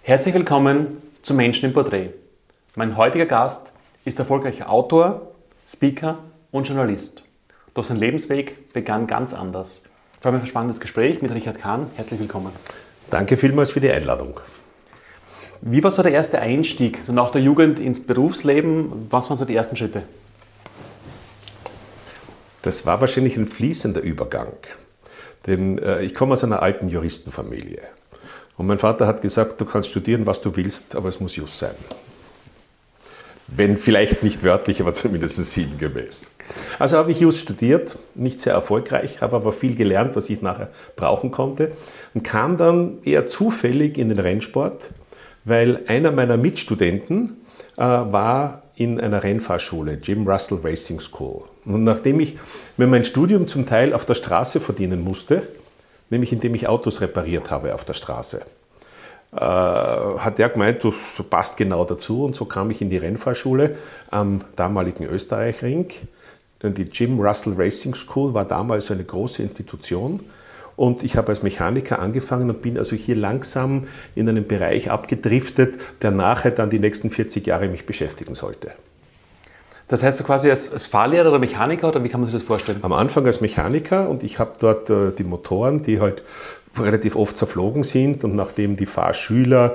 Herzlich willkommen zu Menschen im Porträt. Mein heutiger Gast ist erfolgreicher Autor, Speaker und Journalist. Doch sein Lebensweg begann ganz anders. Ich freue mich auf ein spannendes Gespräch mit Richard Kahn. Herzlich willkommen. Danke vielmals für die Einladung. Wie war so der erste Einstieg, so nach der Jugend ins Berufsleben? Was waren so die ersten Schritte? Das war wahrscheinlich ein fließender Übergang. Denn ich komme aus einer alten Juristenfamilie. Und mein Vater hat gesagt, du kannst studieren, was du willst, aber es muss Jus sein. Wenn vielleicht nicht wörtlich, aber zumindest sinngemäß. Also habe ich Jus studiert, nicht sehr erfolgreich, habe aber viel gelernt, was ich nachher brauchen konnte. Und kam dann eher zufällig in den Rennsport, weil einer meiner Mitstudenten war in einer Rennfahrschule, Jim Russell Racing School. Und nachdem ich mir mein Studium zum Teil auf der Straße verdienen musste, nämlich indem ich Autos repariert habe auf der Straße, hat er gemeint, das passt genau dazu. Und so kam ich in die Rennfahrschule am damaligen Österreichring. Die Jim Russell Racing School war damals eine große Institution. Und ich habe als Mechaniker angefangen und bin also hier langsam in einen Bereich abgedriftet, der nachher dann die nächsten 40 Jahre mich beschäftigen sollte. Das heißt, du quasi als Fahrlehrer oder Mechaniker, oder wie kann man sich das vorstellen? Am Anfang als Mechaniker, und ich habe dort die Motoren, die halt relativ oft zerflogen sind, und nachdem die Fahrschüler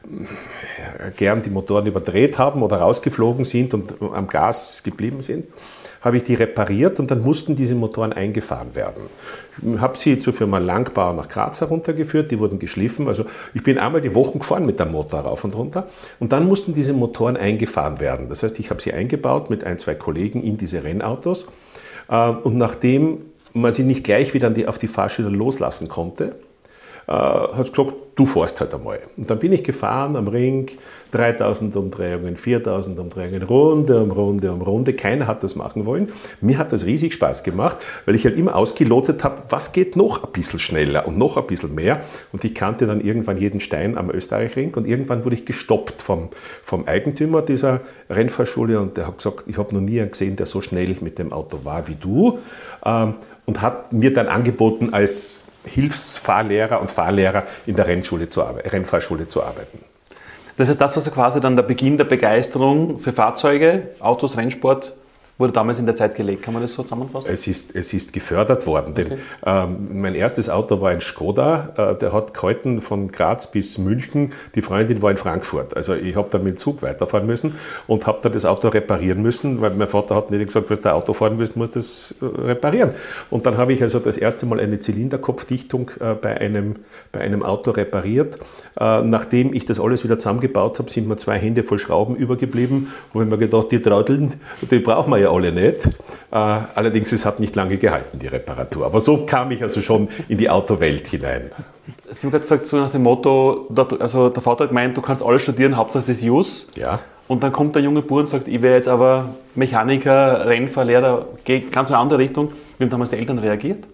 gern die Motoren überdreht haben oder rausgeflogen sind und am Gas geblieben sind, habe ich die repariert und dann mussten diese Motoren eingefahren werden. Ich habe sie zur Firma Langbauer nach Graz heruntergeführt, die wurden geschliffen. Also ich bin einmal die Woche gefahren mit dem Motor rauf und runter und dann mussten diese Motoren eingefahren werden. Das heißt, ich habe sie eingebaut mit ein, zwei Kollegen in diese Rennautos und nachdem man sie nicht gleich wieder auf die Fahrschüler loslassen konnte, hat gesagt, du fährst halt einmal. Und dann bin ich gefahren am Ring, 3000 Umdrehungen, 4000 Umdrehungen, Runde um Runde um Runde. Keiner hat das machen wollen. Mir hat das riesig Spaß gemacht, weil ich halt immer ausgelotet habe, was geht noch ein bisschen schneller und noch ein bisschen mehr. Und ich kannte dann irgendwann jeden Stein am Österreichring und irgendwann wurde ich gestoppt vom Eigentümer dieser Rennfahrschule und der hat gesagt, ich habe noch nie einen gesehen, der so schnell mit dem Auto war wie du, und hat mir dann angeboten, als Hilfsfahrlehrer und Fahrlehrer in der Rennfahrschule zu arbeiten. Das heißt, das war so quasi dann der Beginn der Begeisterung für Fahrzeuge, Autos, Rennsport, wurde damals in der Zeit gelegt. Kann man das so zusammenfassen? Es ist gefördert worden, denn mein erstes Auto war ein Skoda, der hat gehalten von Graz bis München, die Freundin war in Frankfurt. Also ich habe dann mit dem Zug weiterfahren müssen und habe dann das Auto reparieren müssen, weil mein Vater hat nicht gesagt, wenn du Auto fahren willst, musst du das reparieren. Und dann habe ich also das erste Mal eine Zylinderkopfdichtung bei einem Auto repariert. Nachdem ich das alles wieder zusammengebaut habe, sind mir 2 Hände voll Schrauben übergeblieben. Und ich mir gedacht, die Trotteln, die brauchen wir ja alle nicht. Allerdings, es hat nicht lange gehalten, die Reparatur. Aber so kam ich also schon in die Autowelt hinein. Sie haben gerade gesagt, so nach dem Motto, also der Vater hat gemeint, du kannst alles studieren, Hauptsache es ist Jus. Ja. Und dann kommt der junge Bub und sagt, ich wäre jetzt aber Mechaniker, Rennfahrlehrer, geht ganz in eine andere Richtung. Wie haben damals die Eltern reagiert?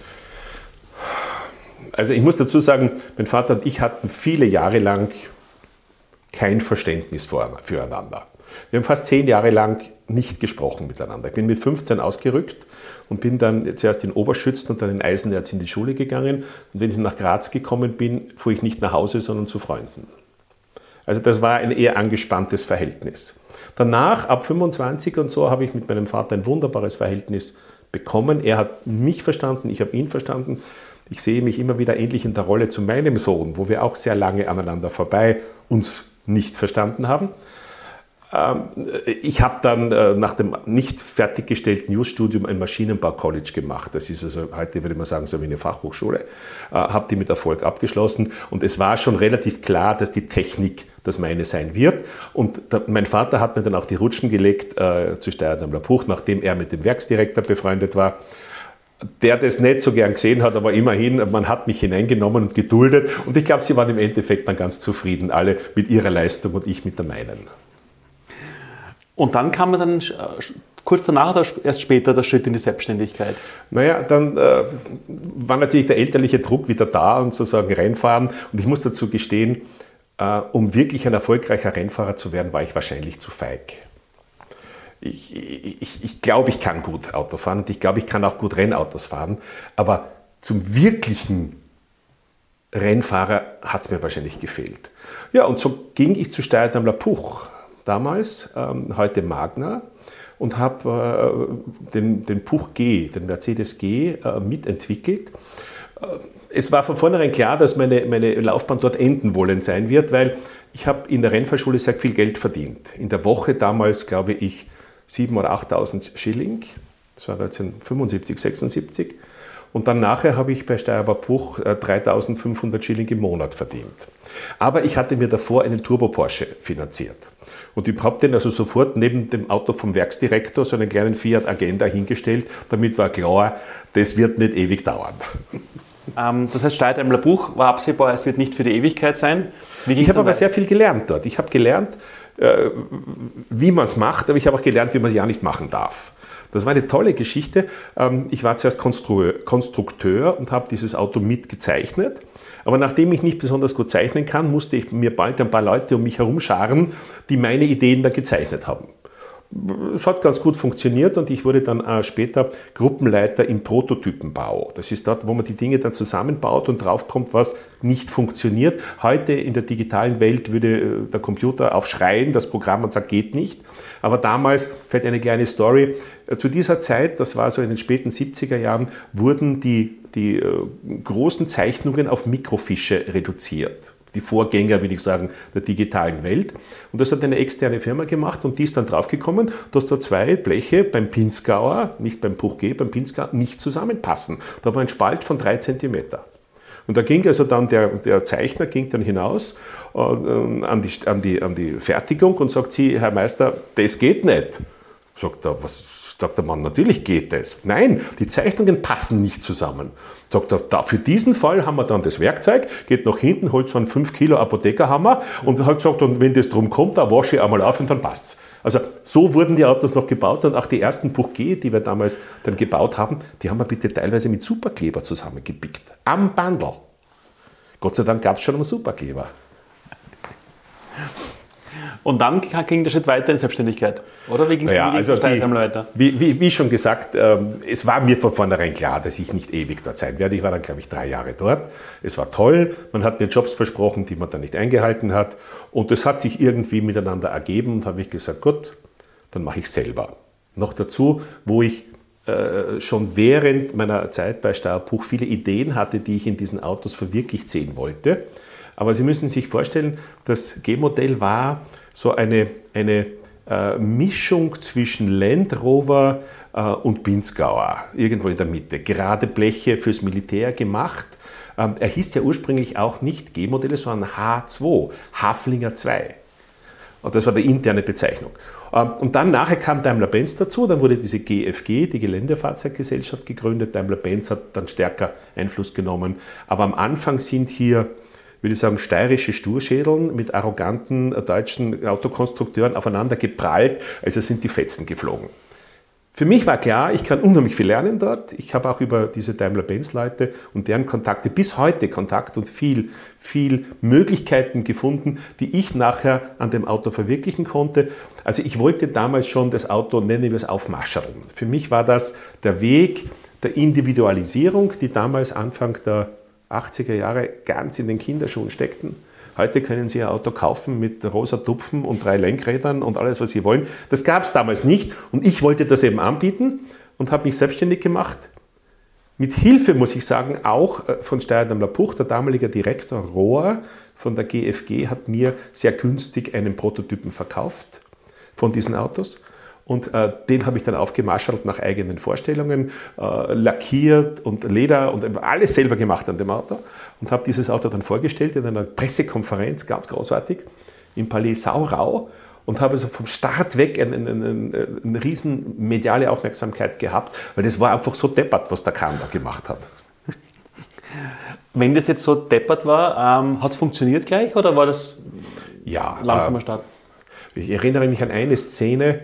Also ich muss dazu sagen, mein Vater und ich hatten viele Jahre lang kein Verständnis füreinander. Wir haben fast 10 Jahre lang nicht gesprochen miteinander. Ich bin mit 15 ausgerückt und bin dann zuerst in Oberschützen und dann in Eisenerz in die Schule gegangen. Und wenn ich nach Graz gekommen bin, fuhr ich nicht nach Hause, sondern zu Freunden. Also das war ein eher angespanntes Verhältnis. Danach, ab 25 und so, habe ich mit meinem Vater ein wunderbares Verhältnis bekommen. Er hat mich verstanden, ich habe ihn verstanden. Ich sehe mich immer wieder ähnlich in der Rolle zu meinem Sohn, wo wir auch sehr lange aneinander vorbei uns nicht verstanden haben. Ich habe dann nach dem nicht fertiggestellten Jus-Studium ein Maschinenbau-College gemacht. Das ist also heute, würde man sagen, so wie eine Fachhochschule. Habe die mit Erfolg abgeschlossen und es war schon relativ klar, dass die Technik das meine sein wird. Und mein Vater hat mir dann auch die Rutschen gelegt zu Steyr-Dammler-Puch, nachdem er mit dem Werksdirektor befreundet war. Der das nicht so gern gesehen hat, aber immerhin, man hat mich hineingenommen und geduldet. Und ich glaube, sie waren im Endeffekt dann ganz zufrieden, alle mit ihrer Leistung und ich mit der meinen. Und dann kam dann kurz danach oder erst später der Schritt in die Selbstständigkeit? Naja, dann war natürlich der elterliche Druck wieder da und sozusagen Rennfahren. Und ich muss dazu gestehen, um wirklich ein erfolgreicher Rennfahrer zu werden, war ich wahrscheinlich zu feig. Ich glaube, ich kann gut Auto fahren und ich glaube, ich kann auch gut Rennautos fahren, aber zum wirklichen Rennfahrer hat es mir wahrscheinlich gefehlt. Ja, und so ging ich zu Steyr-Daimler Puch, damals, heute Magna, und habe den Puch G, den Mercedes G, mitentwickelt. Es war von vornherein klar, dass meine Laufbahn dort enden wollend sein wird, weil ich habe in der Rennfahrschule sehr viel Geld verdient. In der Woche damals, glaube ich, 7.000 oder 8.000 Schilling. Das war 1975, 76. Und dann nachher habe ich bei Steyr-Daimler Puch 3.500 Schilling im Monat verdient. Aber ich hatte mir davor einen Turbo Porsche finanziert. Und ich habe den also sofort neben dem Auto vom Werksdirektor so einen kleinen Fiat Agenda hingestellt. Damit war klar, das wird nicht ewig dauern. Das heißt, Steyr-Daimler Puch war absehbar, es wird nicht für die Ewigkeit sein. Ich habe aber sehr viel gelernt dort. Ich habe gelernt, wie man es macht, aber ich habe auch gelernt, wie man es ja nicht machen darf. Das war eine tolle Geschichte. Ich war zuerst Konstrukteur und habe dieses Auto mitgezeichnet. Aber nachdem ich nicht besonders gut zeichnen kann, musste ich mir bald ein paar Leute um mich herum scharen, die meine Ideen da gezeichnet haben. Es hat ganz gut funktioniert und ich wurde dann später Gruppenleiter im Prototypenbau. Das ist dort, wo man die Dinge dann zusammenbaut und draufkommt, was nicht funktioniert. Heute in der digitalen Welt würde der Computer aufschreien, das Programm und sagt, geht nicht. Aber damals, vielleicht eine kleine Story, zu dieser Zeit, das war so in den späten 70er Jahren, wurden die großen Zeichnungen auf Mikrofische reduziert. Die Vorgänger, würde ich sagen, der digitalen Welt. Und das hat eine externe Firma gemacht und die ist dann draufgekommen, dass da zwei Bleche beim Pinzgauer, nicht beim Puch G, beim Pinzgauer, nicht zusammenpassen. Da war ein Spalt von 3 Zentimeter. Und da ging also dann der Zeichner ging dann hinaus an die Fertigung und sagt sie, Herr Meister, das geht nicht. Sagt er, was? Sagt der Mann, natürlich geht das. Nein, die Zeichnungen passen nicht zusammen. Sagt er, für diesen Fall haben wir dann das Werkzeug, geht nach hinten, holt so einen 5 Kilo Apothekerhammer und hat gesagt, und wenn das drum kommt, dann wasche ich einmal auf und dann passt's. Also so wurden die Autos noch gebaut und auch die ersten Puch G, die wir damals dann gebaut haben, die haben wir bitte teilweise mit Superkleber zusammengepickt. Am Bandel. Gott sei Dank gab es schon einen Superkleber. Und dann ging der Schritt weiter in Selbstständigkeit, oder? Wie ging es dann weiter? Wie schon gesagt, es war mir von vornherein klar, dass ich nicht ewig dort sein werde. Ich war dann, glaube ich, 3 Jahre dort. Es war toll. Man hat mir Jobs versprochen, die man dann nicht eingehalten hat. Und es hat sich irgendwie miteinander ergeben und habe ich gesagt, gut, dann mache ich selber. Noch dazu, wo ich schon während meiner Zeit bei Steyr Puch viele Ideen hatte, die ich in diesen Autos verwirklicht sehen wollte. Aber Sie müssen sich vorstellen, das G-Modell war so eine Mischung zwischen Land Rover und Pinzgauer, irgendwo in der Mitte. Gerade Bleche fürs Militär gemacht. Er hieß ja ursprünglich auch nicht G-Modelle, sondern H2, Haflinger 2. Und das war die interne Bezeichnung. Und dann nachher kam Daimler-Benz dazu, dann wurde diese GFG, die Geländefahrzeuggesellschaft, gegründet. Daimler-Benz hat dann stärker Einfluss genommen. Aber am Anfang sind hier, würde ich sagen, steirische Sturschädeln mit arroganten deutschen Autokonstrukteuren aufeinander geprallt, also sind die Fetzen geflogen. Für mich war klar, ich kann unheimlich viel lernen dort. Ich habe auch über diese Daimler-Benz-Leute und deren Kontakte bis heute Kontakt und viel Möglichkeiten gefunden, die ich nachher an dem Auto verwirklichen konnte. Also ich wollte damals schon das Auto, nennen wir es, aufmaschern. Für mich war das der Weg der Individualisierung, die damals Anfang der 80er Jahre ganz in den Kinderschuhen steckten. Heute können Sie ein Auto kaufen mit rosa Tupfen und 3 Lenkrädern und alles, was Sie wollen. Das gab es damals nicht und ich wollte das eben anbieten und habe mich selbstständig gemacht. Mit Hilfe, muss ich sagen, auch von Steyr-Daimler Puch, der damalige Direktor Rohr von der GFG hat mir sehr günstig einen Prototypen verkauft von diesen Autos. Und den habe ich dann aufgemaschert nach eigenen Vorstellungen, lackiert und Leder und alles selber gemacht an dem Auto und habe dieses Auto dann vorgestellt in einer Pressekonferenz, ganz großartig, im Palais Saurau und habe also vom Start weg eine riesen mediale Aufmerksamkeit gehabt, weil das war einfach so deppert, was der Kahn da gemacht hat. Wenn das jetzt so deppert war, hat es funktioniert gleich oder war das langsamer Start? Ich erinnere mich an eine Szene.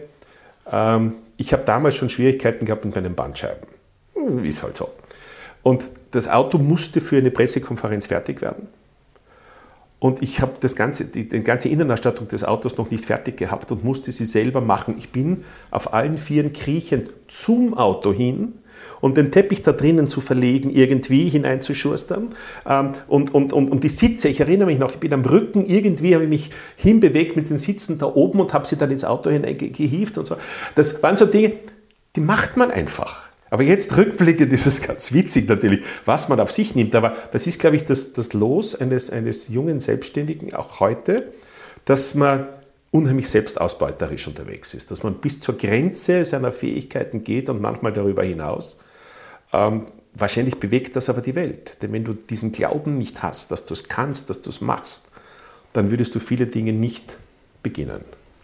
Ich habe damals schon Schwierigkeiten gehabt mit meinen Bandscheiben. Ist halt so. Und das Auto musste für eine Pressekonferenz fertig werden. Und ich habe die ganze Innenausstattung des Autos noch nicht fertig gehabt und musste sie selber machen. Ich bin auf allen Vieren kriechend zum Auto hin, um den Teppich da drinnen zu verlegen, irgendwie hineinzuschustern. Und die Sitze, ich erinnere mich noch, ich bin am Rücken, irgendwie habe ich mich hinbewegt mit den Sitzen da oben und habe sie dann ins Auto hineingehievt und so. Das waren so Dinge, die macht man einfach. Aber jetzt rückblickend ist es ganz witzig natürlich, was man auf sich nimmt. Aber das ist, glaube ich, das Los eines jungen Selbstständigen, auch heute, dass man unheimlich selbstausbeuterisch unterwegs ist. Dass man bis zur Grenze seiner Fähigkeiten geht und manchmal darüber hinaus. Wahrscheinlich bewegt das aber die Welt. Denn wenn du diesen Glauben nicht hast, dass du es kannst, dass du es machst, dann würdest du viele Dinge nicht beginnen.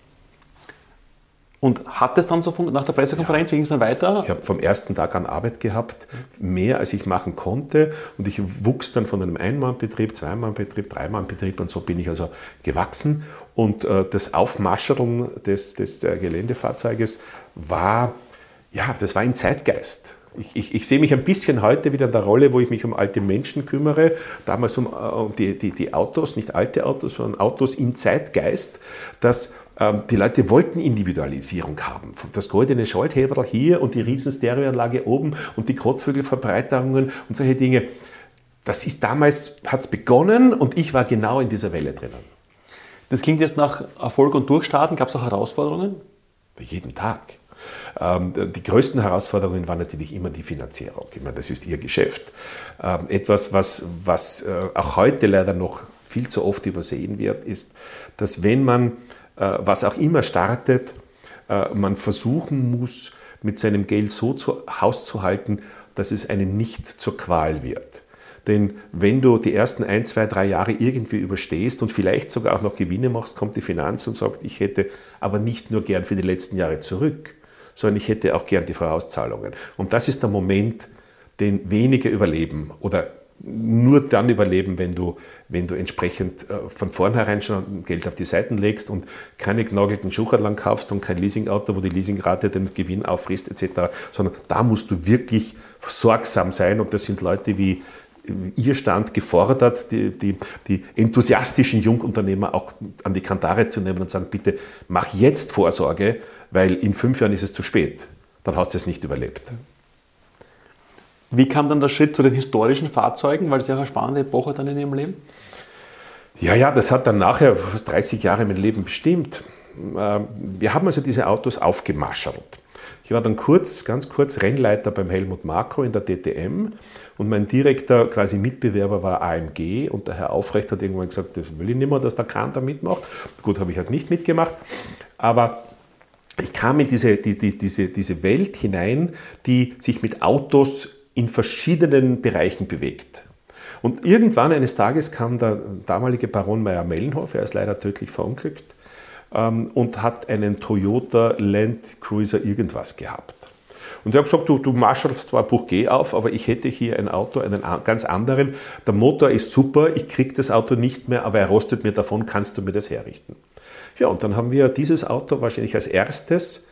Und hat es dann so nach der Pressekonferenz, wie ging es dann weiter? Ich habe vom ersten Tag an Arbeit gehabt, mehr als ich machen konnte. Und ich wuchs dann von einem Ein-Mann-Betrieb, Zwei-Mann-Betrieb, Drei-Mann-Betrieb und so bin ich also gewachsen. Und das Aufmascheln des Geländefahrzeuges war, ja, das war im Zeitgeist. Ich sehe mich ein bisschen heute wieder in der Rolle, wo ich mich um alte Menschen kümmere, damals um die Autos, nicht alte Autos, sondern Autos im Zeitgeist, dass die Leute wollten Individualisierung haben. Das goldene Schalthebel hier und die riesen Stereoanlage oben und die Kotflügelverbreiterungen und solche Dinge. Das ist damals, hat es begonnen und ich war genau in dieser Welle drinnen. Das klingt jetzt nach Erfolg und Durchstarten. Gab es auch Herausforderungen? Jeden Tag. Die größten Herausforderungen waren natürlich immer die Finanzierung. Ich meine, das ist ihr Geschäft. Etwas, was auch heute leider noch viel zu oft übersehen wird, ist, dass wenn man was auch immer startet, man versuchen muss, mit seinem Geld so hauszuhalten, dass es einem nicht zur Qual wird. Denn wenn du die ersten 1, 2, 3 Jahre irgendwie überstehst und vielleicht sogar auch noch Gewinne machst, kommt die Finanz und sagt, ich hätte aber nicht nur gern für die letzten Jahre zurück, sondern ich hätte auch gern die Vorauszahlungen. Und das ist der Moment, den wenige überleben oder nur dann überleben, wenn du entsprechend von vornherein schon Geld auf die Seiten legst und keine genagelten Schucherln kaufst und kein Leasingauto, wo die Leasingrate den Gewinn auffrisst etc., sondern da musst du wirklich sorgsam sein und das sind Leute wie ihr Stand gefordert, die enthusiastischen Jungunternehmer auch an die Kandare zu nehmen und sagen, bitte mach jetzt Vorsorge, weil in 5 Jahren ist es zu spät, dann hast du es nicht überlebt. Wie kam dann der Schritt zu den historischen Fahrzeugen? Weil es ja auch eine spannende Epoche dann in Ihrem Leben? Ja, das hat dann nachher fast 30 Jahre mein Leben bestimmt. Wir haben also diese Autos aufgemaschert. Ich war dann ganz kurz Rennleiter beim Helmut Marko in der DTM und mein direkter quasi Mitbewerber war AMG und der Herr Aufrecht hat irgendwann gesagt, das will ich nicht mehr, dass der Kahn da mitmacht. Gut, habe ich halt nicht mitgemacht, aber ich kam in diese Welt hinein, die sich mit Autos in verschiedenen Bereichen bewegt. Und irgendwann eines Tages kam der damalige Baron Mayr-Melnhof, er ist leider tödlich verunglückt, und hat einen Toyota Land Cruiser irgendwas gehabt. Und er hat gesagt, du marschallst zwar Buch G auf, aber ich hätte hier ein Auto, einen ganz anderen. Der Motor ist super, ich kriege das Auto nicht mehr, aber er rostet mir davon, kannst du mir das herrichten? Ja, und dann haben wir dieses Auto wahrscheinlich als erstes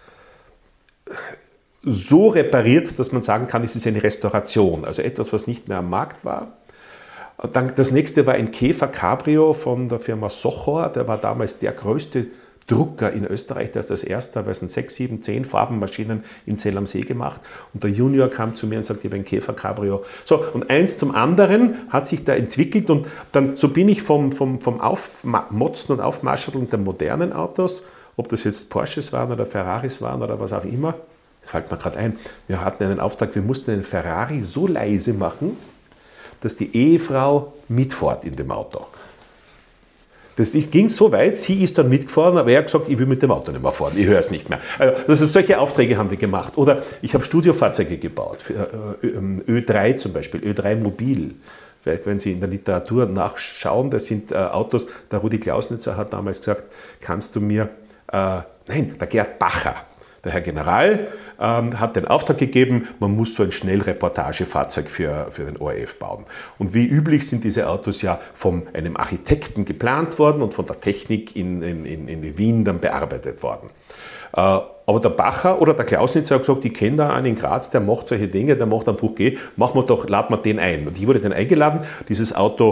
so repariert, dass man sagen kann, es ist eine Restauration, also etwas, was nicht mehr am Markt war. Dann das nächste war ein Käfer Cabrio von der Firma Sochor, der war damals der größte Drucker in Österreich, der ist als erster, weil es 6, 7, 10 Farbenmaschinen in Zell am See gemacht und der Junior kam zu mir und sagte, ich habe ein Käfer Cabrio. So, und eins zum anderen hat sich da entwickelt und dann so bin ich vom Aufmotzen und Aufmarscheln der modernen Autos, ob das jetzt Porsches waren oder Ferraris waren oder was auch immer, das fällt mir gerade ein, wir hatten einen Auftrag, wir mussten einen Ferrari so leise machen, dass die Ehefrau mitfährt in dem Auto. Das ging so weit, sie ist dann mitgefahren, aber er hat gesagt, ich will mit dem Auto nicht mehr fahren, ich höre es nicht mehr. Also solche Aufträge haben wir gemacht. Oder ich habe Studiofahrzeuge gebaut, für Ö3 zum Beispiel, Ö3 Mobil. Vielleicht, wenn Sie in der Literatur nachschauen, das sind Autos, der Rudi Klausnitzer hat damals gesagt, kannst du mir, der Gerd Bacher, der Herr General, hat den Auftrag gegeben, man muss so ein Schnellreportagefahrzeug für den ORF bauen. Und wie üblich sind diese Autos ja von einem Architekten geplant worden und von der Technik in Wien dann bearbeitet worden. Aber der Bacher oder der Klausnitzer hat gesagt, ich kenne da einen in Graz, der macht solche Dinge, der macht ein Buch G, laden wir den ein. Und ich wurde dann eingeladen, dieses Auto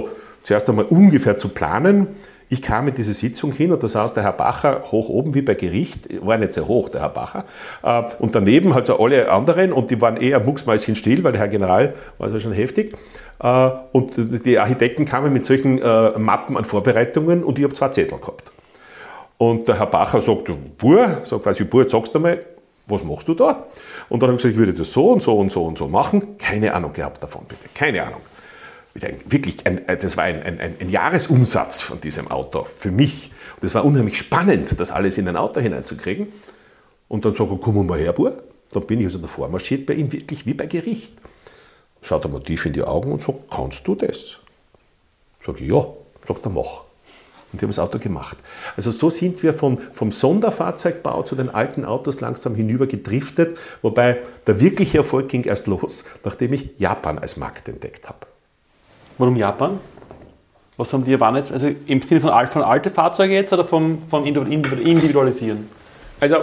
zuerst einmal ungefähr zu planen. Ich kam in diese Sitzung hin und da saß der Herr Bacher hoch oben wie bei Gericht, war nicht sehr hoch, der Herr Bacher, und daneben halt so alle anderen und die waren eher mucksmäuschenstill, weil der Herr General war also schon heftig. Und die Architekten kamen mit solchen Mappen an Vorbereitungen und ich habe 2 Zettel gehabt. Und der Herr Bacher sagt, Bur, jetzt sagst du mal, was machst du da? Und dann habe ich gesagt, ich würde das so und so und so und so machen. Keine Ahnung gehabt davon, bitte, keine Ahnung. Wirklich, das war ein Jahresumsatz von diesem Auto für mich. Und das war unheimlich spannend, das alles in ein Auto hineinzukriegen. Und dann sage ich, komm mal her, Bur. Dann bin ich also davor marschiert bei ihm, wirklich wie bei Gericht. Schaut er mir tief in die Augen und sagt, kannst du das? Sag ich, ja. Sagt er, mach. Und die haben das Auto gemacht. Also so sind wir vom Sonderfahrzeugbau zu den alten Autos langsam hinüber gedriftet, wobei der wirkliche Erfolg ging erst los, nachdem ich Japan als Markt entdeckt habe. Warum Japan? Was haben die Japaner jetzt? Also im Sinne von alte Fahrzeuge jetzt oder von Individualisieren? Also,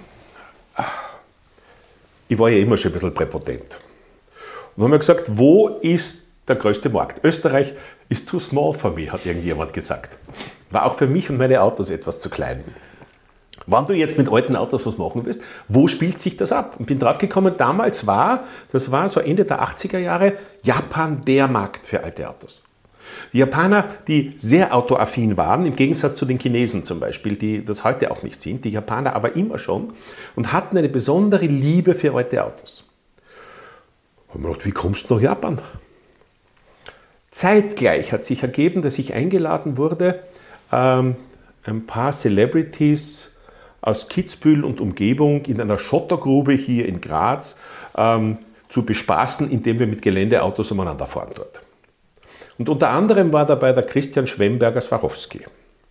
ich war ja immer schon ein bisschen präpotent. Und haben wir gesagt, wo ist der größte Markt? Österreich ist too small for me, hat irgendjemand gesagt. War auch für mich und meine Autos etwas zu klein. Wenn du jetzt mit alten Autos was machen willst, wo spielt sich das ab? Und bin draufgekommen, damals das war so Ende der 80er Jahre, Japan der Markt für alte Autos. Die Japaner, die sehr autoaffin waren, im Gegensatz zu den Chinesen zum Beispiel, die das heute auch nicht sind, die Japaner aber immer schon und hatten eine besondere Liebe für alte Autos. Und ich mir gedacht, wie kommst du nach Japan? Zeitgleich hat sich ergeben, dass ich eingeladen wurde, ein paar Celebrities aus Kitzbühel und Umgebung in einer Schottergrube hier in Graz zu bespaßen, indem wir mit Geländeautos umeinander fahren dort. Und unter anderem war dabei der Christian Schwemberger-Swarovski.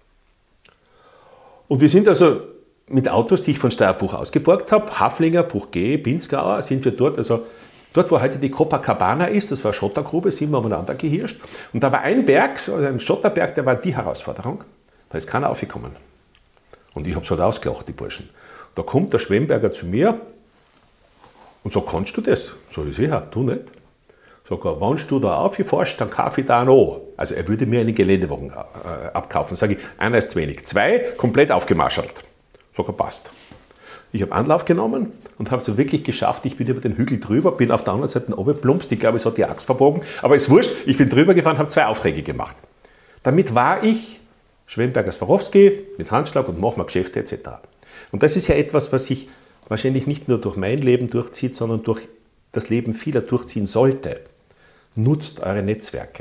Und wir sind also mit Autos, die ich von Steierbuch ausgeborgt habe, Haflinger, Buch G, Pinzgauer, sind wir dort, also dort, wo heute die Copacabana ist, das war eine Schottergrube, sind wir umeinander gehirscht. Und da war ein Berg, so ein Schotterberg, der war die Herausforderung. Da ist keiner aufgekommen. Und ich habe es halt ausgelacht, die Burschen. Da kommt der Schwemberger zu mir und sagt, kannst du das? Sag ich, sicher, du nicht. Sag er, wenn du da aufgefährst, dann kaufe ich da einen an. Also er würde mir einen Geländewagen abkaufen. Sag ich, einer ist zu wenig. 2, komplett aufgemarschelt. Sag er, passt. Ich habe Anlauf genommen und habe es wirklich geschafft. Ich bin über den Hügel drüber, bin auf der anderen Seite runtergeplumpst. Ich glaube, es hat die Axt verbogen. Aber ist wurscht, ich bin drüber gefahren, habe 2 Aufträge gemacht. Damit war ich Schwemberger-Swarovski mit Handschlag und machen wir Geschäfte etc. Und das ist ja etwas, was sich wahrscheinlich nicht nur durch mein Leben durchzieht, sondern durch das Leben vieler durchziehen sollte. Nutzt eure Netzwerke.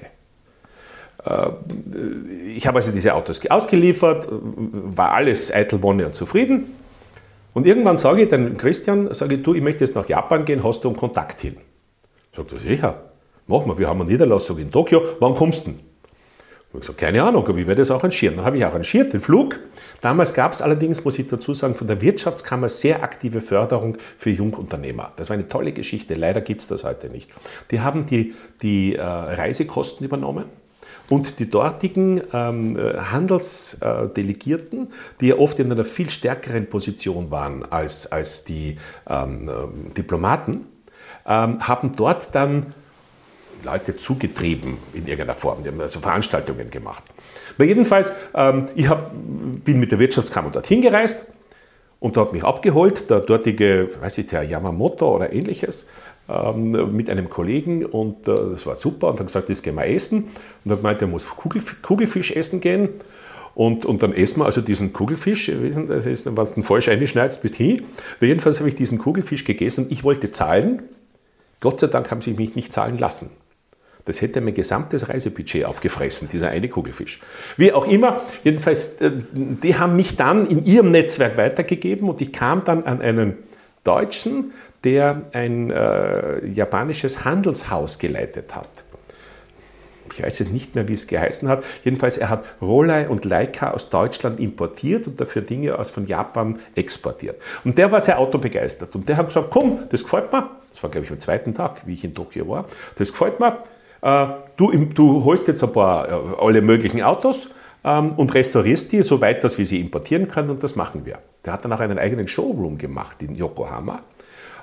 Ich habe also diese Autos ausgeliefert, war alles eitel Wonne und zufrieden. Und irgendwann sage ich den Christian, du, ich möchte jetzt nach Japan gehen, hast du einen Kontakt hin? Sagt er, sicher, machen wir haben eine Niederlassung in Tokio, wann kommst du denn? Ich habe gesagt, keine Ahnung, aber ich werde das arrangieren. Dann habe ich arrangiert, den Flug. Damals gab es allerdings, muss ich dazu sagen, von der Wirtschaftskammer sehr aktive Förderung für Jungunternehmer. Das war eine tolle Geschichte, leider gibt es das heute nicht. Die haben die Reisekosten übernommen und die dortigen Handelsdelegierten, die ja oft in einer viel stärkeren Position waren als die Diplomaten, haben dort dann Leute zugetrieben in irgendeiner Form. Die haben also Veranstaltungen gemacht. Aber jedenfalls, bin mit der Wirtschaftskammer dorthin gereist und da hat mich abgeholt, der dortige, der Yamamoto oder ähnliches, mit einem Kollegen und das war super und hat gesagt, das gehen wir essen. Und hat gemeint, er muss Kugelfisch essen gehen. Und dann essen wir also diesen Kugelfisch, das ist, wenn du den falsch einschneidest, bist du hin. Jedenfalls habe ich diesen Kugelfisch gegessen und ich wollte zahlen. Gott sei Dank haben sie mich nicht zahlen lassen. Das hätte mein gesamtes Reisebudget aufgefressen, dieser eine Kugelfisch. Wie auch immer, jedenfalls, die haben mich dann in ihrem Netzwerk weitergegeben und ich kam dann an einen Deutschen, der ein japanisches Handelshaus geleitet hat. Ich weiß jetzt nicht mehr, wie es geheißen hat. Jedenfalls, er hat Rollei und Leica aus Deutschland importiert und dafür Dinge von Japan exportiert. Und der war sehr autobegeistert. Und der hat gesagt, komm, das gefällt mir. Das war, glaube ich, am 2. Tag, wie ich in Tokio war. Das gefällt mir. Du holst jetzt ein paar alle möglichen Autos und restaurierst die so weit, dass wir sie importieren können und das machen wir. Der hat dann auch einen eigenen Showroom gemacht in Yokohama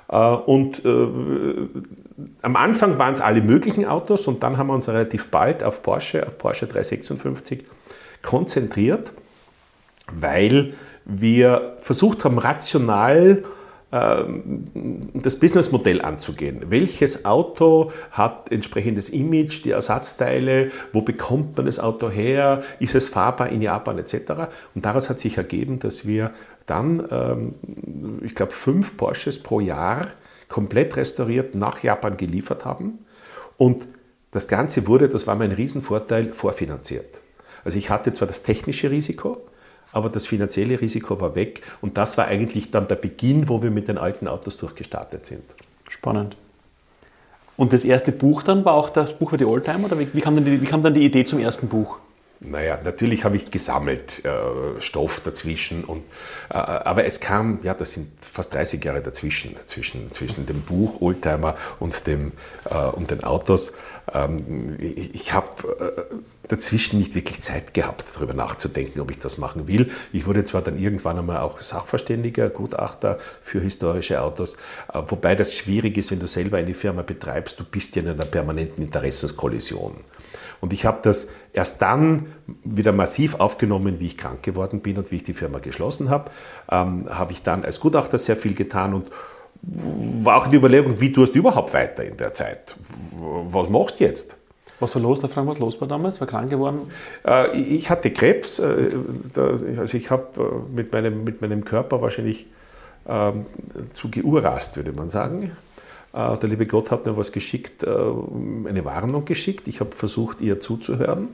Am Anfang waren es alle möglichen Autos und dann haben wir uns relativ bald auf Porsche 356 konzentriert, weil wir versucht haben, rational das Businessmodell anzugehen. Welches Auto hat entsprechendes Image, die Ersatzteile, wo bekommt man das Auto her, ist es fahrbar in Japan etc. Und daraus hat sich ergeben, dass wir dann, ich glaube, 5 Porsches pro Jahr komplett restauriert nach Japan geliefert haben. Und das Ganze wurde, das war mein Riesenvorteil, vorfinanziert. Also ich hatte zwar das technische Risiko, aber das finanzielle Risiko war weg und das war eigentlich dann der Beginn, wo wir mit den alten Autos durchgestartet sind. Spannend. Und das erste Buch dann war auch das Buch über die Oldtimer oder wie kam dann die Idee zum ersten Buch? Naja, natürlich habe ich gesammelt, Stoff dazwischen, aber es kam, ja, das sind fast 30 Jahre dazwischen, zwischen dem Buch Oldtimer und den Autos. Ich habe dazwischen nicht wirklich Zeit gehabt, darüber nachzudenken, ob ich das machen will. Ich wurde zwar dann irgendwann einmal auch Sachverständiger, Gutachter für historische Autos, wobei das schwierig ist, wenn du selber eine Firma betreibst, du bist ja in einer permanenten Interessenskollision. Und ich habe das erst dann wieder massiv aufgenommen, wie ich krank geworden bin und wie ich die Firma geschlossen habe. Habe ich dann als Gutachter sehr viel getan und war auch die Überlegung, wie tust du überhaupt weiter in der Zeit? Was machst du jetzt? Was war los? Da fragen wir, was los war damals? War krank geworden? Ich hatte Krebs. Also ich habe mit meinem Körper wahrscheinlich zu geurast, würde man sagen. Der liebe Gott hat mir was geschickt, eine Warnung geschickt. Ich habe versucht, ihr zuzuhören.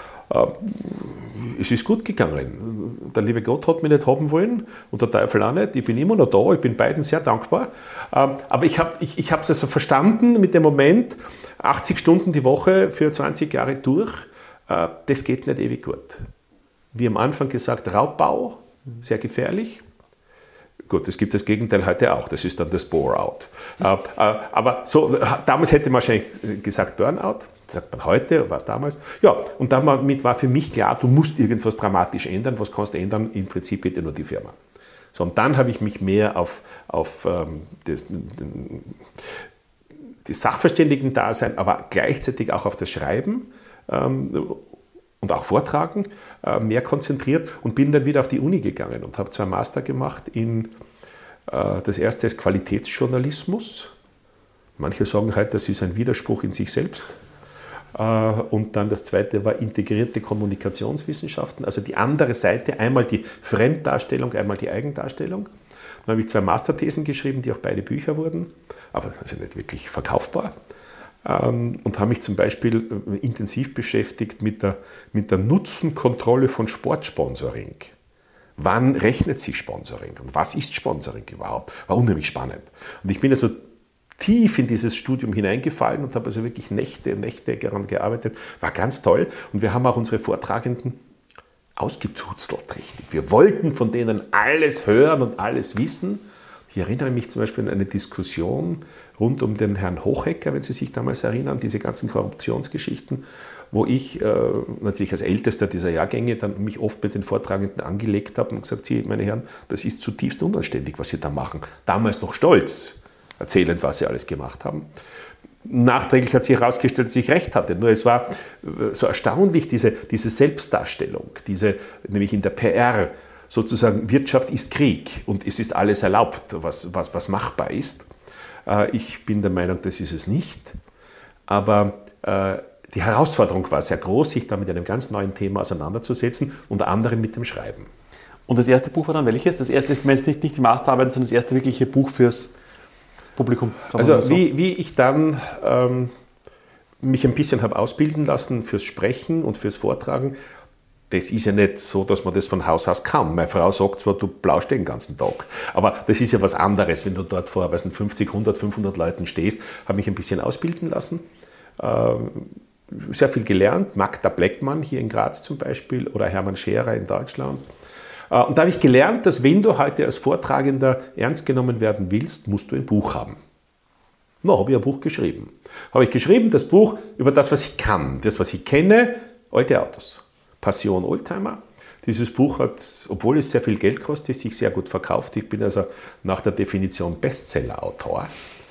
Es ist gut gegangen. Der liebe Gott hat mich nicht haben wollen und der Teufel auch nicht. Ich bin immer noch da, ich bin beiden sehr dankbar. Aber ich habe es also verstanden mit dem Moment, 80 Stunden die Woche für 20 Jahre durch, das geht nicht ewig gut. Wie am Anfang gesagt, Raubbau, sehr gefährlich. Gut, es gibt das Gegenteil heute auch, das ist dann das Bore-out. Aber so, damals hätte man wahrscheinlich gesagt Burnout, das sagt man heute, was damals. Ja, und damit war für mich klar, du musst irgendwas dramatisch ändern. Was kannst du ändern? Im Prinzip bitte nur die Firma. So, und dann habe ich mich mehr auf das Sachverständigen-Dasein, aber gleichzeitig auch auf das Schreiben und auch Vortragen mehr konzentriert und bin dann wieder auf die Uni gegangen und habe 2 Master gemacht in, das erste ist Qualitätsjournalismus. Manche sagen halt, das ist ein Widerspruch in sich selbst. Und dann das zweite war integrierte Kommunikationswissenschaften, also die andere Seite, einmal die Fremddarstellung, einmal die Eigendarstellung. Dann habe ich 2 Masterthesen geschrieben, die auch beide Bücher wurden, aber also nicht wirklich verkaufbar. Und habe mich zum Beispiel intensiv beschäftigt mit der Nutzenkontrolle von Sportsponsoring. Wann rechnet sich Sponsoring und was ist Sponsoring überhaupt? War unheimlich spannend. Und ich bin also tief in dieses Studium hineingefallen und habe also wirklich Nächte daran gearbeitet. War ganz toll. Und wir haben auch unsere Vortragenden ausgezuzelt, richtig. Wir wollten von denen alles hören und alles wissen. Ich erinnere mich zum Beispiel an eine Diskussion rund um den Herrn Hochecker, wenn Sie sich damals erinnern, diese ganzen Korruptionsgeschichten, wo ich natürlich als Ältester dieser Jahrgänge dann mich oft mit den Vortragenden angelegt habe und gesagt, Sie, meine Herren, das ist zutiefst unanständig, was Sie da machen. Damals noch stolz, erzählend, was Sie alles gemacht haben. Nachträglich hat sich herausgestellt, dass ich recht hatte. Nur es war so erstaunlich, diese Selbstdarstellung, nämlich in der PR, sozusagen Wirtschaft ist Krieg und es ist alles erlaubt, was machbar ist. Ich bin der Meinung, das ist es nicht. Aber die Herausforderung war sehr groß, sich da mit einem ganz neuen Thema auseinanderzusetzen, unter anderem mit dem Schreiben. Und das erste Buch war dann welches? Das erste ist nicht die Masterarbeit, sondern das erste wirkliche Buch fürs Publikum. Also so. Wie ich dann mich ein bisschen habe ausbilden lassen fürs Sprechen und fürs Vortragen, das ist ja nicht so, dass man das von Haus aus kann. Meine Frau sagt zwar, du blaust den ganzen Tag, aber das ist ja was anderes, wenn du dort vor 50, 100, 500 Leuten stehst. Habe mich ein bisschen ausbilden lassen, sehr viel gelernt. Magda Bleckmann hier in Graz zum Beispiel oder Hermann Scherer in Deutschland. Und da habe ich gelernt, dass wenn du heute als Vortragender ernst genommen werden willst, musst du ein Buch haben. Na, habe ich ein Buch geschrieben. Habe ich geschrieben, das Buch über das, was ich kann, das, was ich kenne, alte Autos. Passion Oldtimer. Dieses Buch hat, obwohl es sehr viel Geld kostet, sich sehr gut verkauft. Ich bin also nach der Definition Bestseller-Autor.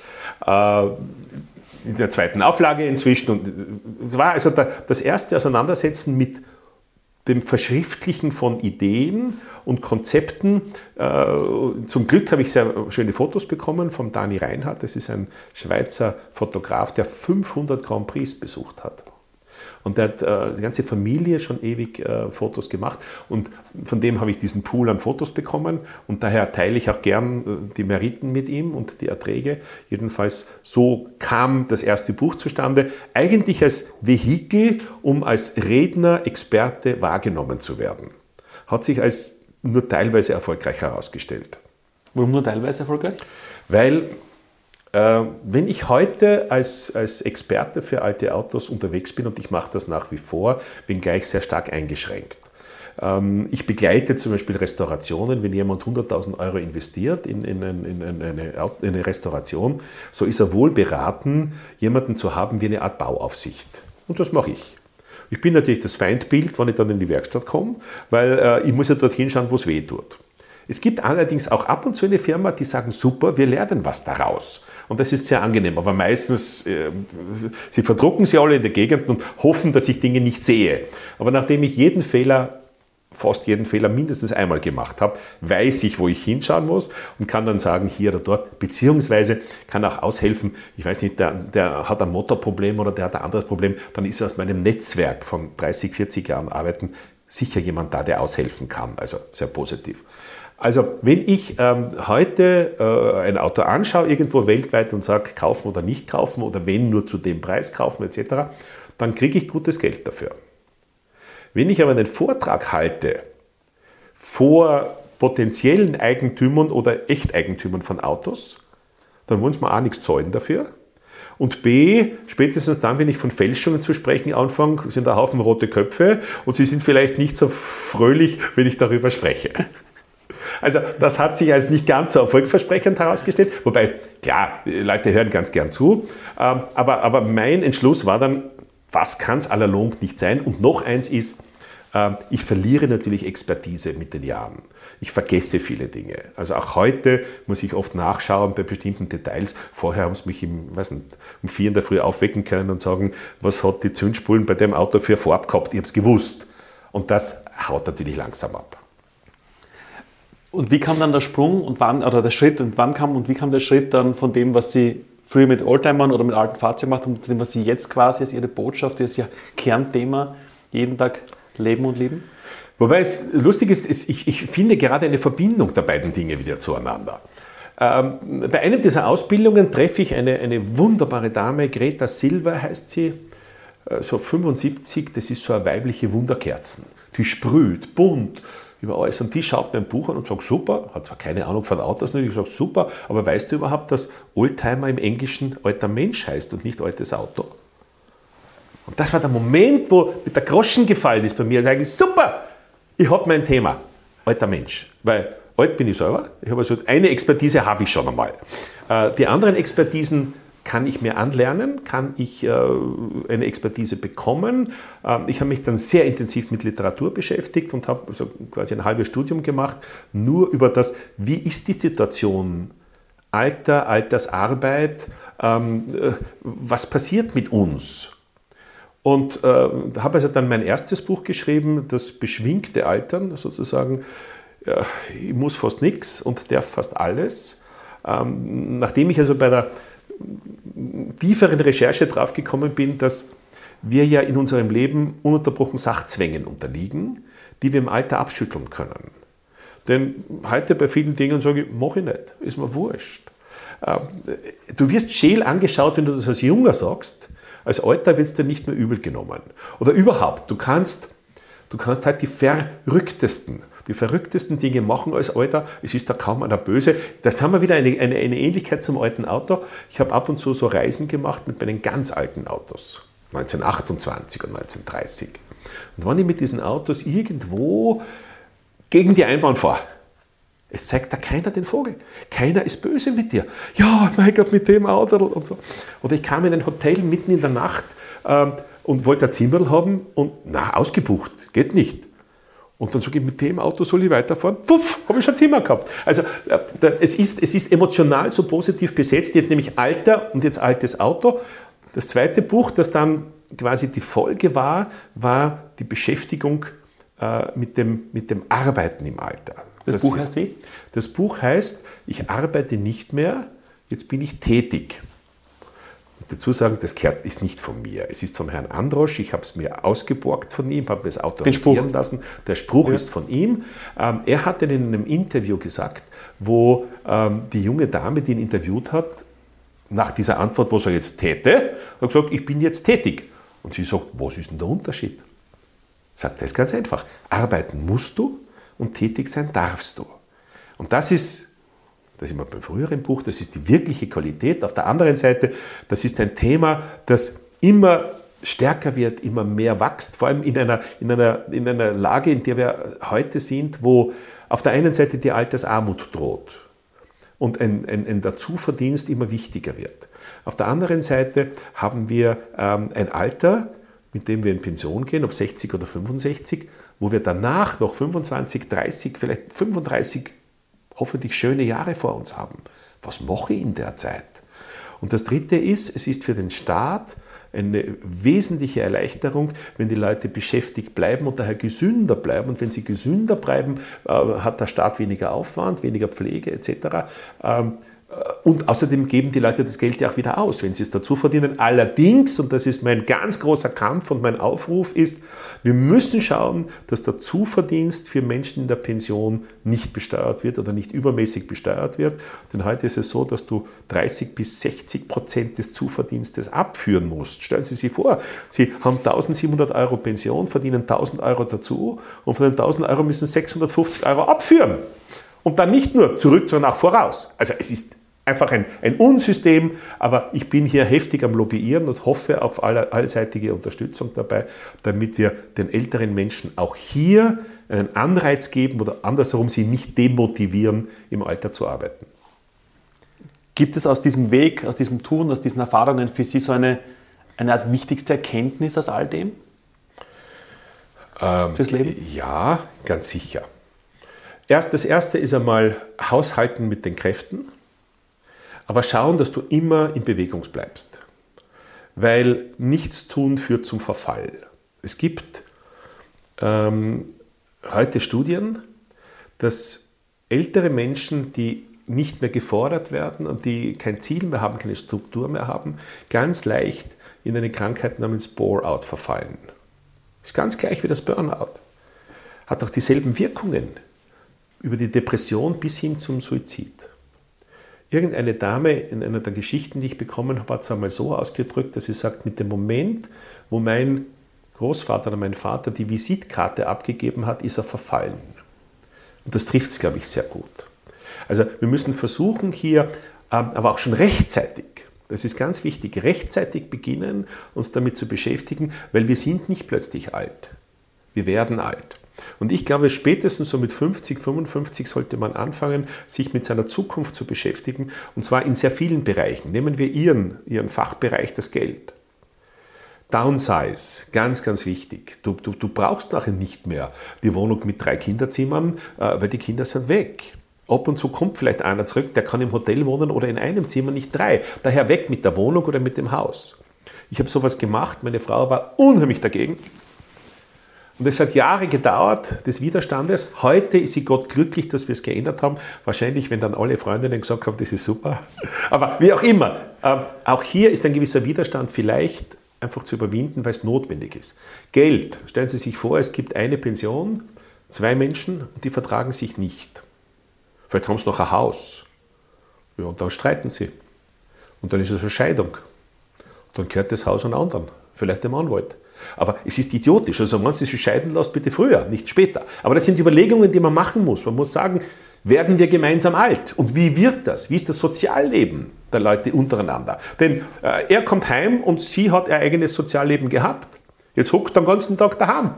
In der zweiten Auflage inzwischen. Und es war also das erste Auseinandersetzen mit dem Verschriftlichen von Ideen und Konzepten. Zum Glück habe ich sehr schöne Fotos bekommen von Dani Reinhardt. Das ist ein Schweizer Fotograf, der 500 Grand Prix besucht hat. Und der hat die ganze Familie schon ewig Fotos gemacht. Und von dem habe ich diesen Pool an Fotos bekommen. Und daher teile ich auch gern die Meriten mit ihm und die Erträge. Jedenfalls so kam das erste Buch zustande. Eigentlich als Vehikel, um als Redner, Experte wahrgenommen zu werden. Hat sich als nur teilweise erfolgreich herausgestellt. Warum nur teilweise erfolgreich? Weil wenn ich heute als Experte für alte Autos unterwegs bin, und ich mache das nach wie vor, bin gleich sehr stark eingeschränkt. Ich begleite zum Beispiel Restaurationen. Wenn jemand 100.000 Euro investiert in eine Restauration, so ist er wohl beraten, jemanden zu haben wie eine Art Bauaufsicht. Und das mache ich. Ich bin natürlich das Feindbild, wenn ich dann in die Werkstatt komme, weil ich muss ja dorthin schauen, wo es weh tut. Es gibt allerdings auch ab und zu eine Firma, die sagen, super, wir lernen was daraus. Und das ist sehr angenehm, aber meistens, sie verdrucken sie alle in der Gegend und hoffen, dass ich Dinge nicht sehe. Aber nachdem ich fast jeden Fehler mindestens einmal gemacht habe, weiß ich, wo ich hinschauen muss und kann dann sagen, hier oder dort, beziehungsweise kann auch aushelfen, ich weiß nicht, der hat ein Motorproblem oder der hat ein anderes Problem, dann ist aus meinem Netzwerk von 30, 40 Jahren Arbeiten sicher jemand da, der aushelfen kann, also sehr positiv. Also wenn ich heute ein Auto anschaue, irgendwo weltweit und sage, kaufen oder nicht kaufen oder wenn nur zu dem Preis kaufen etc., dann kriege ich gutes Geld dafür. Wenn ich aber einen Vortrag halte vor potenziellen Eigentümern oder Echteigentümern von Autos, dann wollen sie mir A, nichts zahlen dafür. Und B, spätestens dann, wenn ich von Fälschungen zu sprechen anfange, sind da Haufen rote Köpfe und sie sind vielleicht nicht so fröhlich, wenn ich darüber spreche. Also das hat sich als nicht ganz so erfolgversprechend herausgestellt, wobei, klar, Leute hören ganz gern zu, aber mein Entschluss war dann, was kann es allalong nicht sein? Und noch eins ist, ich verliere natürlich Expertise mit den Jahren. Ich vergesse viele Dinge. Also auch heute muss ich oft nachschauen bei bestimmten Details. Vorher haben sie mich um 4 in der Früh aufwecken können und sagen, was hat die Zündspulen bei dem Auto für Farbe gehabt? Ich habe es gewusst. Und das haut natürlich langsam ab. Und wie kam dann der Sprung und wann, oder der Schritt und wie kam der Schritt dann von dem, was Sie früher mit Oldtimern oder mit alten Fahrzeugen gemacht haben, zu dem, was Sie jetzt quasi als Ihre Botschaft, das Ihr Kernthema jeden Tag leben und lieben? Wobei es lustig ist, ich finde gerade eine Verbindung der beiden Dinge wieder zueinander. Bei einer dieser Ausbildungen treffe ich eine wunderbare Dame, Greta Silva heißt sie, so 75, das ist so eine weibliche Wunderkerzen. Die sprüht, bunt, über alles. Und die schaut mir ein Buch an und sagt, super, hat zwar keine Ahnung von Autos, ich sage, super, aber weißt du überhaupt, dass Oldtimer im Englischen alter Mensch heißt und nicht altes Auto? Und das war der Moment, wo mit der Groschen gefallen ist bei mir. Ich sage, super, ich habe mein Thema, alter Mensch. Weil alt bin ich selber, ich habe also eine Expertise habe ich schon einmal. Die anderen Expertisen kann ich mir anlernen, kann ich eine Expertise bekommen. Ich habe mich dann sehr intensiv mit Literatur beschäftigt und habe also quasi ein halbes Studium gemacht, nur über das, wie ist die Situation, Alter, Altersarbeit, was passiert mit uns? Und habe also dann mein erstes Buch geschrieben, das beschwingte Altern, sozusagen, ich muss fast nichts und darf fast alles. Nachdem ich also bei der tieferen Recherche drauf gekommen bin, dass wir ja in unserem Leben ununterbrochen Sachzwängen unterliegen, die wir im Alter abschütteln können. Denn heute bei vielen Dingen sage ich, mache ich nicht, ist mir wurscht. Du wirst scheel angeschaut, wenn du das als Junger sagst, als Alter wird es dir nicht mehr übel genommen. Oder überhaupt, du kannst halt die verrücktesten Dinge machen als Alter. Es ist da kaum einer böse. Das haben wir wieder eine Ähnlichkeit zum alten Auto. Ich habe ab und zu so Reisen gemacht mit meinen ganz alten Autos. 1928 und 1930. Und wenn ich mit diesen Autos irgendwo gegen die Einbahn fahre, es zeigt da keiner den Vogel. Keiner ist böse mit dir. Ja, mein Gott, mit dem Auto und so. Oder ich kam in ein Hotel mitten in der Nacht und wollte ein Zimmerl haben und ausgebucht, geht nicht. Und dann sage ich, mit dem Auto soll ich weiterfahren. Puff, habe ich schon Zimmer gehabt. Also es ist emotional so positiv besetzt. Die hat nämlich Alter und jetzt altes Auto. Das zweite Buch, das dann quasi die Folge war die Beschäftigung mit dem Arbeiten im Alter. Das Buch heißt wie? Das Buch heißt, ich arbeite nicht mehr, jetzt bin ich tätig. Und dazu sagen, das ist nicht von mir. Es ist vom Herrn Androsch, ich habe es mir ausgeborgt von ihm, habe mir es autorisieren lassen. Der Spruch ist von ihm. Er hat in einem Interview gesagt, wo die junge Dame, die ihn interviewt hat, nach dieser Antwort, was er jetzt täte, hat gesagt, ich bin jetzt tätig. Und sie sagt, was ist denn der Unterschied? Sagt er, ist ganz einfach. Arbeiten musst du und tätig sein darfst du. Und das ist immer beim früheren Buch, das ist die wirkliche Qualität. Auf der anderen Seite, das ist ein Thema, das immer stärker wird, immer mehr wächst, vor allem in einer Lage, in der wir heute sind, wo auf der einen Seite die Altersarmut droht und ein Dazuverdienst immer wichtiger wird. Auf der anderen Seite haben wir ein Alter, mit dem wir in Pension gehen, ob 60 oder 65, wo wir danach noch 25, 30, vielleicht 35 hoffentlich schöne Jahre vor uns haben. Was mache ich in der Zeit? Und das Dritte ist, es ist für den Staat eine wesentliche Erleichterung, wenn die Leute beschäftigt bleiben und daher gesünder bleiben. Und wenn sie gesünder bleiben, hat der Staat weniger Aufwand, weniger Pflege etc. Und außerdem geben die Leute das Geld ja auch wieder aus, wenn sie es dazu verdienen. Allerdings, und das ist mein ganz großer Kampf und mein Aufruf ist, wir müssen schauen, dass der Zuverdienst für Menschen in der Pension nicht besteuert wird oder nicht übermäßig besteuert wird. Denn heute ist es so, dass du 30-60% des Zuverdienstes abführen musst. Stellen Sie sich vor, Sie haben 1.700 Euro Pension, verdienen 1.000 Euro dazu und von den 1.000 Euro müssen 650 Euro abführen. Und dann nicht nur zurück, sondern auch voraus. Also es ist einfach ein Unsystem, aber ich bin hier heftig am Lobbyieren und hoffe auf allseitige Unterstützung dabei, damit wir den älteren Menschen auch hier einen Anreiz geben oder andersherum sie nicht demotivieren, im Alter zu arbeiten. Gibt es aus diesem Weg, aus diesem Tun, aus diesen Erfahrungen für Sie so eine Art wichtigste Erkenntnis aus all dem fürs Leben? Ja, ganz sicher. Das Erste ist einmal Haushalten mit den Kräften, aber schauen, dass du immer in Bewegung bleibst, weil Nichtstun führt zum Verfall. Es gibt heute Studien, dass ältere Menschen, die nicht mehr gefordert werden und die kein Ziel mehr haben, keine Struktur mehr haben, ganz leicht in eine Krankheit namens Bore-out verfallen. Ist ganz gleich wie das Burnout. Hat auch dieselben Wirkungen über die Depression bis hin zum Suizid. Irgendeine Dame in einer der Geschichten, die ich bekommen habe, hat es einmal so ausgedrückt, dass sie sagt, mit dem Moment, wo mein Großvater oder mein Vater die Visitkarte abgegeben hat, ist er verfallen. Und das trifft es, glaube ich, sehr gut. Also wir müssen versuchen hier, aber auch schon rechtzeitig, das ist ganz wichtig, rechtzeitig beginnen, uns damit zu beschäftigen, weil wir sind nicht plötzlich alt. Wir werden alt. Und ich glaube, spätestens so mit 50, 55 sollte man anfangen, sich mit seiner Zukunft zu beschäftigen, und zwar in sehr vielen Bereichen. Nehmen wir Ihren Fachbereich, das Geld. Downsize, ganz, ganz wichtig. Du brauchst nachher nicht mehr die Wohnung mit 3 Kinderzimmern, weil die Kinder sind weg. Ab und zu kommt vielleicht einer zurück, der kann im Hotel wohnen oder in einem Zimmer, nicht 3. Daher weg mit der Wohnung oder mit dem Haus. Ich habe sowas gemacht, meine Frau war unheimlich dagegen. Und es hat Jahre gedauert, des Widerstandes. Heute ist sie Gott glücklich, dass wir es geändert haben. Wahrscheinlich, wenn dann alle Freundinnen gesagt haben, das ist super. Aber wie auch immer, auch hier ist ein gewisser Widerstand vielleicht einfach zu überwinden, weil es notwendig ist. Geld, stellen Sie sich vor, es gibt eine Pension, 2 Menschen und die vertragen sich nicht. Vielleicht haben sie noch ein Haus. Ja, und dann streiten sie. Und dann ist es eine Scheidung. Und dann gehört das Haus an anderen, vielleicht dem Anwalt. Aber es ist idiotisch. Also wenn Sie sich scheiden lässt, bitte früher, nicht später. Aber das sind Überlegungen, die man machen muss. Man muss sagen, werden wir gemeinsam alt? Und wie wird das? Wie ist das Sozialleben der Leute untereinander? Denn er kommt heim und sie hat ihr eigenes Sozialleben gehabt. Jetzt hockt er den ganzen Tag daheim.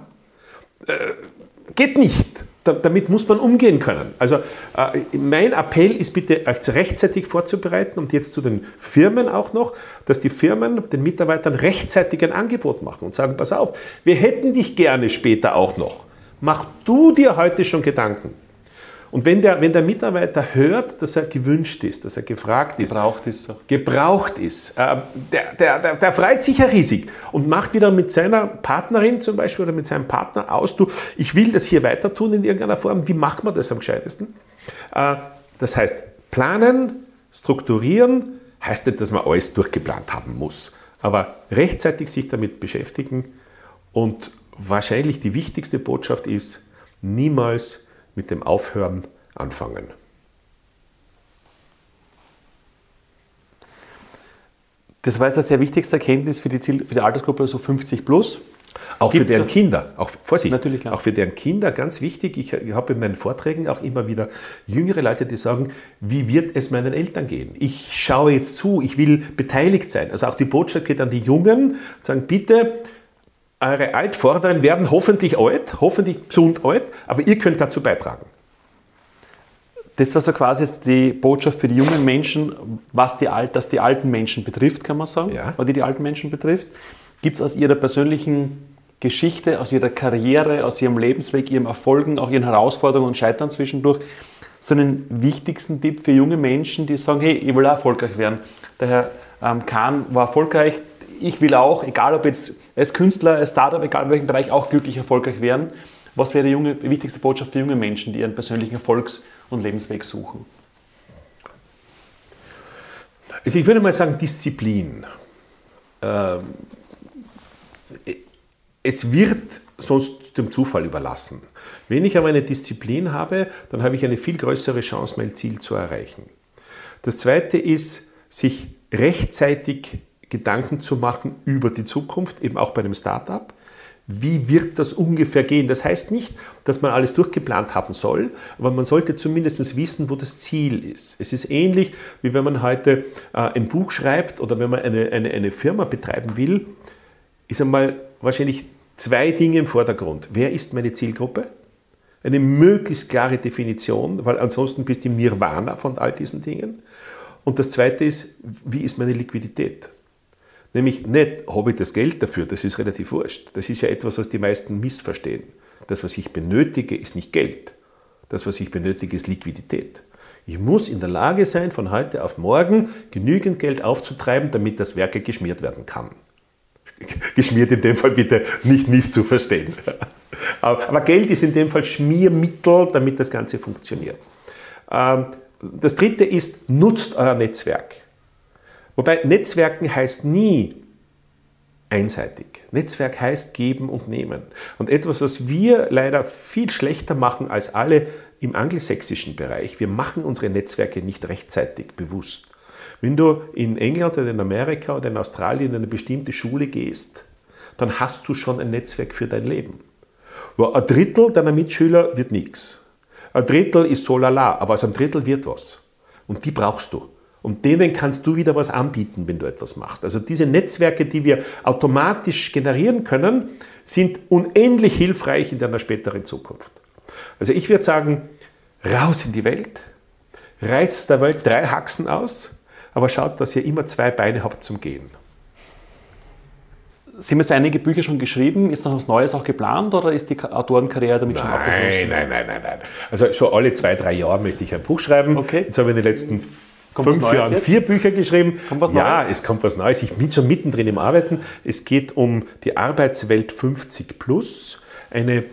Geht nicht. Damit muss man umgehen können. Also mein Appell ist bitte, euch rechtzeitig vorzubereiten und jetzt zu den Firmen auch noch, dass die Firmen den Mitarbeitern rechtzeitig ein Angebot machen und sagen, pass auf, wir hätten dich gerne später auch noch. mach du dir heute schon Gedanken. Und wenn der Mitarbeiter hört, dass er gewünscht ist, dass er gefragt ist, gebraucht ist, der freut sich ja riesig und macht wieder mit seiner Partnerin zum Beispiel oder mit seinem Partner aus, du, ich will das hier weiter tun in irgendeiner Form, wie macht man das am gescheitesten? Das heißt, planen, strukturieren, heißt nicht, dass man alles durchgeplant haben muss, aber rechtzeitig sich damit beschäftigen und wahrscheinlich die wichtigste Botschaft ist, niemals mit dem Aufhören anfangen. Das war jetzt eine sehr wichtigste Erkenntnis für die Altersgruppe so 50 plus. Auch für deren Kinder, Vorsicht, natürlich, auch für deren Kinder, ganz wichtig, ich habe in meinen Vorträgen auch immer wieder jüngere Leute, die sagen, wie wird es meinen Eltern gehen? Ich schaue jetzt zu, ich will beteiligt sein. Also auch die Botschaft geht an die Jungen, sagen, bitte, eure Altvorderen werden hoffentlich alt, hoffentlich gesund alt, aber ihr könnt dazu beitragen. Das war so quasi die Botschaft für die jungen Menschen, was die alten Menschen betrifft, kann man sagen, ja. Oder die alten Menschen betrifft. Gibt es aus Ihrer persönlichen Geschichte, aus Ihrer Karriere, aus Ihrem Lebensweg, Ihren Erfolgen, auch Ihren Herausforderungen und Scheitern zwischendurch, so einen wichtigsten Tipp für junge Menschen, die sagen, hey, ich will auch erfolgreich werden. Der Herr Kahn war erfolgreich, ich will auch, egal ob jetzt als Künstler, als Startup, egal in welchem Bereich, auch glücklich erfolgreich werden. Was wäre die wichtigste Botschaft für junge Menschen, die ihren persönlichen Erfolgs- und Lebensweg suchen? Also ich würde mal sagen, Disziplin. Es wird sonst dem Zufall überlassen. Wenn ich aber eine Disziplin habe, dann habe ich eine viel größere Chance, mein Ziel zu erreichen. Das Zweite ist, sich rechtzeitig Gedanken zu machen über die Zukunft, eben auch bei einem Startup. Wie wird das ungefähr gehen? Das heißt nicht, dass man alles durchgeplant haben soll, aber man sollte zumindest wissen, wo das Ziel ist. Es ist ähnlich, wie wenn man heute ein Buch schreibt oder wenn man eine Firma betreiben will, ist einmal wahrscheinlich zwei Dinge im Vordergrund. Wer ist meine Zielgruppe? Eine möglichst klare Definition, weil ansonsten bist du im Nirvana von all diesen Dingen. Und das Zweite ist, wie ist meine Liquidität? Nämlich nicht, habe ich das Geld dafür, das ist relativ wurscht. Das ist ja etwas, was die meisten missverstehen. Das, was ich benötige, ist nicht Geld. Das, was ich benötige, ist Liquidität. Ich muss in der Lage sein, von heute auf morgen genügend Geld aufzutreiben, damit das Werkel geschmiert werden kann. Geschmiert in dem Fall bitte nicht misszuverstehen. Aber Geld ist in dem Fall Schmiermittel, damit das Ganze funktioniert. Das Dritte ist, nutzt euer Netzwerk. Wobei Netzwerken heißt nie einseitig. Netzwerk heißt geben und nehmen. Und etwas, was wir leider viel schlechter machen als alle im angelsächsischen Bereich, wir machen unsere Netzwerke nicht rechtzeitig bewusst. Wenn du in England oder in Amerika oder in Australien in eine bestimmte Schule gehst, dann hast du schon ein Netzwerk für dein Leben. Wo ein Drittel deiner Mitschüler wird nichts. Ein Drittel ist so lala, aber aus einem Drittel wird was. Und die brauchst du. Und denen kannst du wieder was anbieten, wenn du etwas machst. Also diese Netzwerke, die wir automatisch generieren können, sind unendlich hilfreich in deiner späteren Zukunft. Also ich würde sagen, raus in die Welt, reißt der Welt 3 Haxen aus, aber schaut, dass ihr immer 2 Beine habt zum Gehen. Sie haben jetzt einige Bücher schon geschrieben. Ist noch was Neues auch geplant oder ist die Autorenkarriere damit schon abgeschlossen? Nein. Also so alle 2-3 Jahre möchte ich ein Buch schreiben. Okay. Jetzt habe ich in den letzten 5 Jahren 4 Bücher geschrieben. Kommt was Neues? Ja, es kommt was Neues. Ich bin schon mittendrin im Arbeiten. Es geht um die Arbeitswelt 50 plus. Eine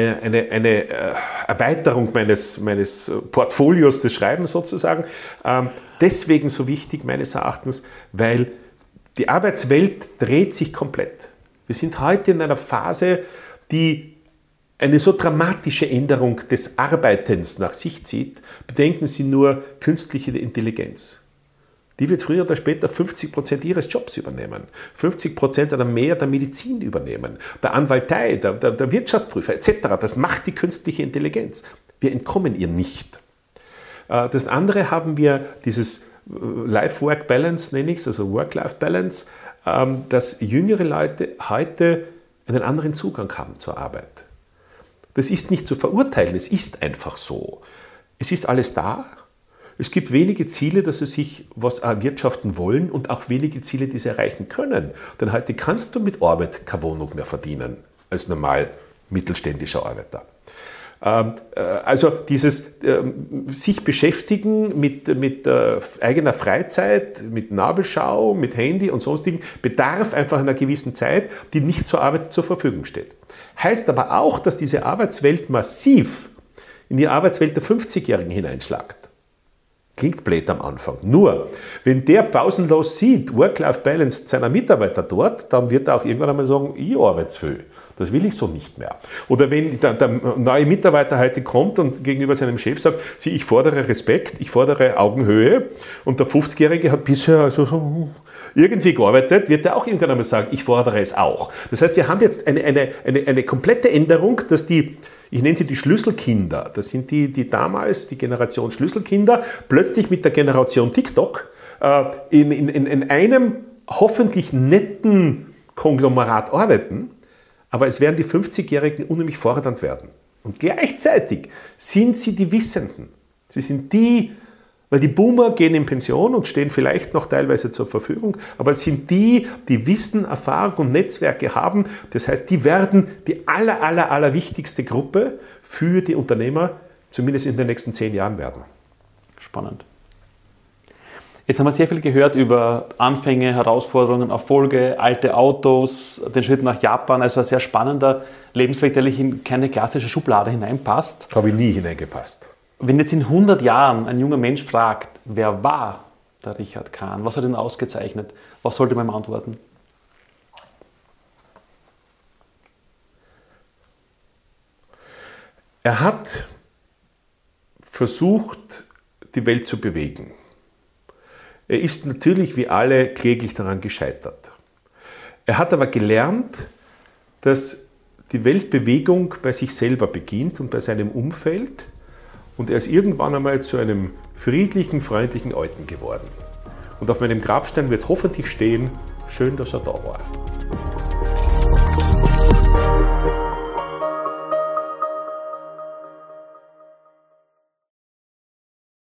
Erweiterung meines Portfolios des Schreibens sozusagen. Deswegen so wichtig meines Erachtens, weil die Arbeitswelt dreht sich komplett. Wir sind heute in einer Phase, die eine so dramatische Änderung des Arbeitens nach sich zieht. Bedenken Sie nur künstliche Intelligenz. Die wird früher oder später 50% ihres Jobs übernehmen, 50% oder mehr der Medizin übernehmen, der Anwaltei, der Wirtschaftsprüfer etc. Das macht die künstliche Intelligenz. Wir entkommen ihr nicht. Das andere haben wir dieses Life-Work-Balance, nenne ich es, also Work-Life-Balance, dass jüngere Leute heute einen anderen Zugang haben zur Arbeit. Das ist nicht zu verurteilen, es ist einfach so. Es ist alles da. Es gibt wenige Ziele, dass sie sich was erwirtschaften wollen und auch wenige Ziele, die sie erreichen können. Denn heute kannst du mit Arbeit keine Wohnung mehr verdienen als normal mittelständischer Arbeiter. Also dieses sich beschäftigen mit eigener Freizeit, mit Nabelschau, mit Handy und sonstigen, bedarf einfach einer gewissen Zeit, die nicht zur Arbeit zur Verfügung steht. Heißt aber auch, dass diese Arbeitswelt massiv in die Arbeitswelt der 50-Jährigen hineinschlagt. Klingt blöd am Anfang. Nur, wenn der pausenlos sieht, Work-Life-Balance seiner Mitarbeiter dort, dann wird er auch irgendwann einmal sagen, ich arbeite zu viel. Das will ich so nicht mehr. Oder wenn der neue Mitarbeiter heute kommt und gegenüber seinem Chef sagt, sieh, ich fordere Respekt, ich fordere Augenhöhe, und der 50-Jährige hat bisher also so irgendwie gearbeitet, wird er auch irgendwann einmal sagen, ich fordere es auch. Das heißt, wir haben jetzt eine komplette Änderung, dass ich nenne sie die Schlüsselkinder, das sind die damals, die Generation Schlüsselkinder, plötzlich mit der Generation TikTok in einem hoffentlich netten Konglomerat arbeiten, aber es werden die 50-Jährigen unheimlich fordernd werden. Und gleichzeitig sind sie die Wissenden. Sie sind die, weil die Boomer gehen in Pension und stehen vielleicht noch teilweise zur Verfügung, aber es sind die Wissen, Erfahrung und Netzwerke haben. Das heißt, die werden die allerwichtigste Gruppe für die Unternehmer, zumindest in den nächsten 10 Jahren werden. Spannend. Jetzt haben wir sehr viel gehört über Anfänge, Herausforderungen, Erfolge, alte Autos, den Schritt nach Japan. Also ein sehr spannender Lebensweg, der in keine klassische Schublade hineinpasst. Habe ich nie hineingepasst. Wenn jetzt in 100 Jahren ein junger Mensch fragt, wer war der Richard Kahn, was hat ihn ausgezeichnet, was sollte man ihm antworten? Er hat versucht, die Welt zu bewegen. Er ist natürlich wie alle kläglich daran gescheitert. Er hat aber gelernt, dass die Weltbewegung bei sich selber beginnt und bei seinem Umfeld, und er ist irgendwann einmal zu einem friedlichen, freundlichen Alten geworden. Und auf meinem Grabstein wird hoffentlich stehen, schön, dass er da war.